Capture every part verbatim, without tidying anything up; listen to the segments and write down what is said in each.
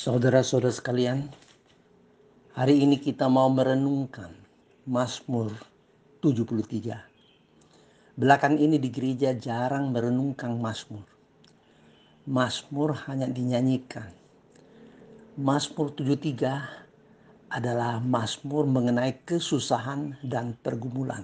Saudara-saudara sekalian, hari ini kita mau merenungkan Mazmur tujuh puluh tiga. Belakang ini di gereja jarang merenungkan Mazmur. Mazmur hanya dinyanyikan. Mazmur tujuh puluh tiga adalah Mazmur mengenai kesusahan dan pergumulan.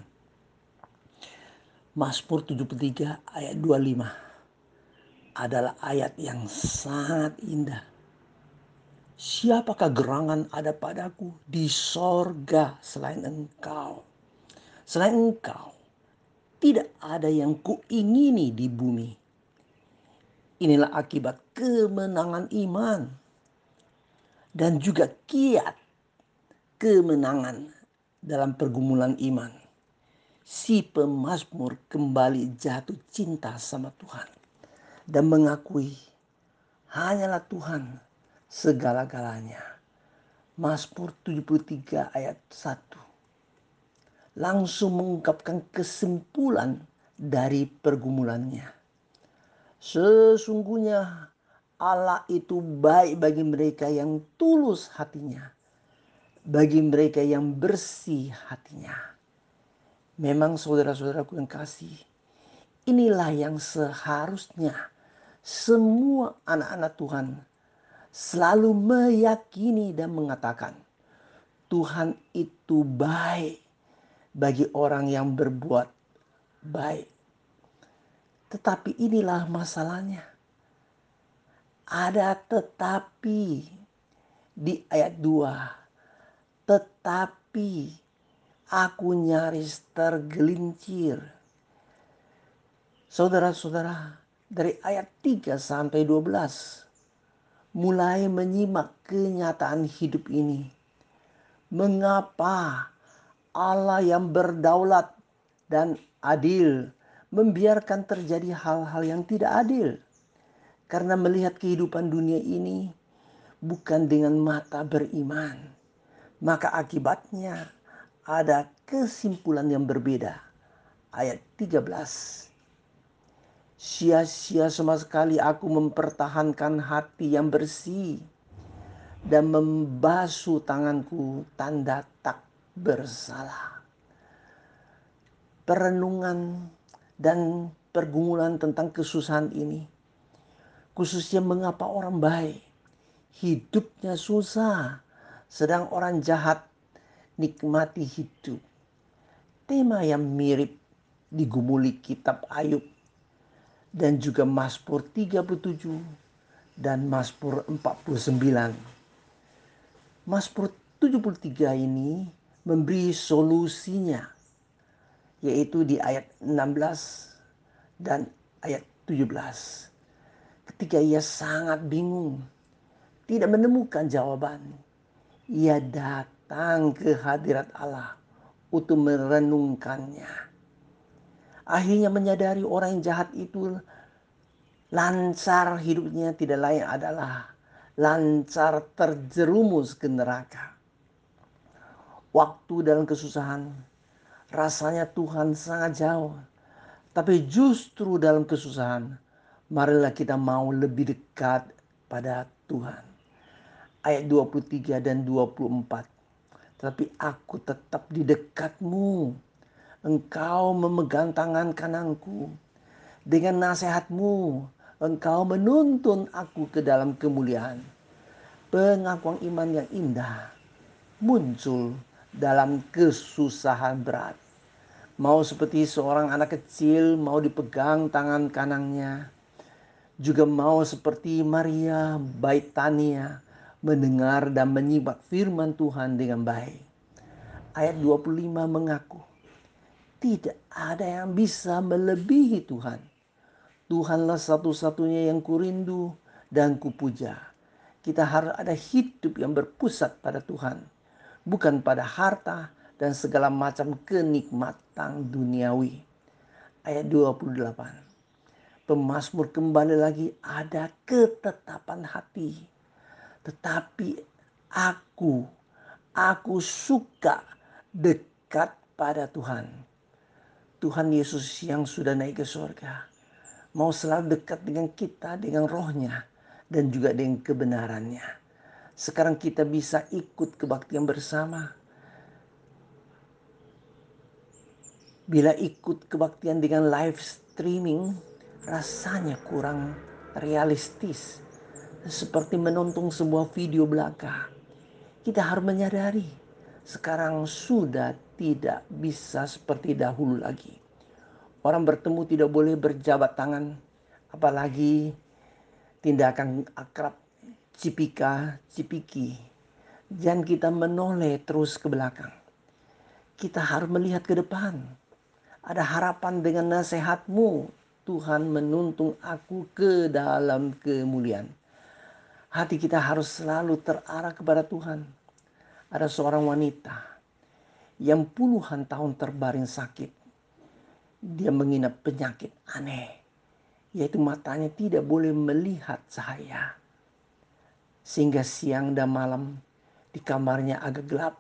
Mazmur tujuh puluh tiga ayat dua puluh lima adalah ayat yang sangat indah. Siapakah gerangan ada padaku di sorga selain engkau? Selain engkau, tidak ada yang kuingini di bumi. Inilah akibat kemenangan iman dan juga kiat kemenangan dalam pergumulan iman. Si pemazmur kembali jatuh cinta sama Tuhan dan mengakui hanyalah Tuhan segala-galanya. Mazmur tujuh puluh tiga ayat satu langsung mengungkapkan kesimpulan dari pergumulannya. Sesungguhnya Allah itu baik bagi mereka yang tulus hatinya, bagi mereka yang bersih hatinya. Memang saudara-saudaraku yang kasih, inilah yang seharusnya semua anak-anak Tuhan selalu meyakini dan mengatakan, Tuhan itu baik bagi orang yang berbuat baik. Tetapi inilah masalahnya. Ada tetapi di ayat dua. Tetapi aku nyaris tergelincir. Saudara-saudara, dari ayat tiga sampai dua belas mulai menyimak kenyataan hidup ini. Mengapa Allah yang berdaulat dan adil membiarkan terjadi hal-hal yang tidak adil? Karena melihat kehidupan dunia ini bukan dengan mata beriman, maka akibatnya ada kesimpulan yang berbeda. Ayat tiga belas. Sia-sia sama sekali aku mempertahankan hati yang bersih dan membasuh tanganku tanda tak bersalah. Perenungan dan pergumulan tentang kesusahan ini, khususnya mengapa orang baik hidupnya susah, sedang orang jahat nikmati hidup. Tema yang mirip digumuli kitab Ayub dan juga Mazmur tiga puluh tujuh dan Mazmur empat puluh sembilan. Mazmur tujuh puluh tiga ini memberi solusinya, yaitu di ayat enam belas dan ayat tujuh belas. Ketika ia sangat bingung, tidak menemukan jawaban, ia datang ke hadirat Allah untuk merenungkannya. Akhirnya menyadari orang yang jahat itu lancar hidupnya tidak lain adalah lancar terjerumus ke neraka. Waktu dalam kesusahan, rasanya Tuhan sangat jauh. Tapi justru dalam kesusahan, marilah kita mau lebih dekat pada Tuhan. Ayat dua puluh tiga dan dua puluh empat. Tapi aku tetap di dekatmu. Engkau memegang tangan kananku. Dengan nasihatmu, engkau menuntun aku ke dalam kemuliaan. Pengakuan iman yang indah muncul dalam kesusahan berat. Mau seperti seorang anak kecil mau dipegang tangan kanannya. Juga mau seperti Maria Baitania mendengar dan menyimak firman Tuhan dengan baik. Ayat dua puluh lima mengaku, tidak ada yang bisa melebihi Tuhan. Tuhanlah satu-satunya yang kurindu dan kupuja. Kita harus ada hidup yang berpusat pada Tuhan, bukan pada harta dan segala macam kenikmatan duniawi. Ayat dua puluh delapan. Pemazmur kembali lagi, ada ketetapan hati. Tetapi aku, aku suka dekat pada Tuhan. Tuhan Yesus yang sudah naik ke surga mau selalu dekat dengan kita, dengan rohnya dan juga dengan kebenarannya. Sekarang kita bisa ikut kebaktian bersama. Bila ikut kebaktian dengan live streaming, rasanya kurang realistis. Seperti menonton sebuah video belaka. Kita harus menyadari, sekarang sudah tidak bisa seperti dahulu lagi. Orang bertemu tidak boleh berjabat tangan, apalagi tindakan akrab cipika cipiki. Jangan kita menoleh terus ke belakang. Kita harus melihat ke depan. Ada harapan dengan nasihatmu. Tuhan menuntun aku ke dalam kemuliaan. Hati kita harus selalu terarah kepada Tuhan. Ada seorang wanita yang puluhan tahun terbaring sakit. Dia menginap penyakit aneh, yaitu matanya tidak boleh melihat cahaya. Sehingga siang dan malam di kamarnya agak gelap.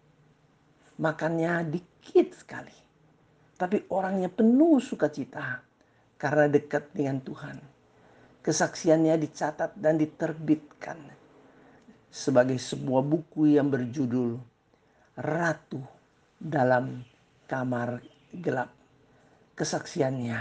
Makannya dikit sekali. Tapi orangnya penuh sukacita karena dekat dengan Tuhan. Kesaksiannya dicatat dan diterbitkan sebagai sebuah buku yang berjudul Ratu dalam Kamar Gelap. Kesaksiannya,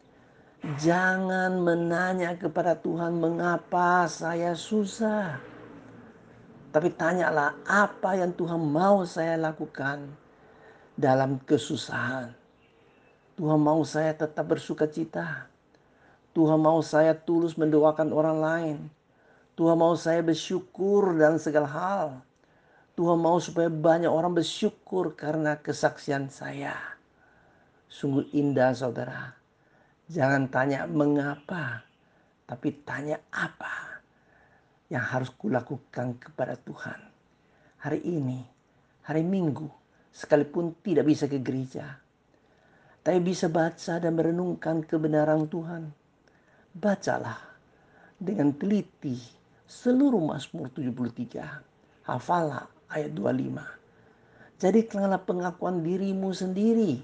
jangan menanya kepada Tuhan mengapa saya susah. Tapi tanyalah apa yang Tuhan mau saya lakukan dalam kesusahan. Tuhan mau saya tetap bersukacita. Tuhan mau saya tulus mendoakan orang lain. Tuhan mau saya bersyukur dalam segala hal. Tuhan mau supaya banyak orang bersyukur karena kesaksian saya. Sungguh indah saudara. Jangan tanya mengapa, tapi tanya apa yang harus kulakukan kepada Tuhan. Hari ini, hari Minggu, sekalipun tidak bisa ke gereja, tapi bisa baca dan merenungkan kebenaran Tuhan. Bacalah dengan teliti seluruh Mazmur tujuh puluh tiga. Hafallah ayat dua puluh lima. Jadikanlah pengakuan dirimu sendiri.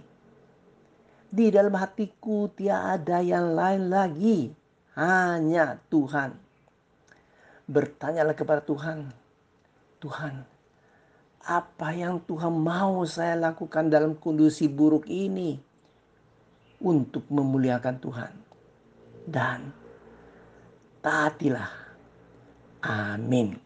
Di dalam hatiku tiada yang lain lagi, hanya Tuhan. Bertanyalah kepada Tuhan, Tuhan, apa yang Tuhan mau saya lakukan dalam kondisi buruk ini untuk memuliakan Tuhan? Dan taatilah. Amin.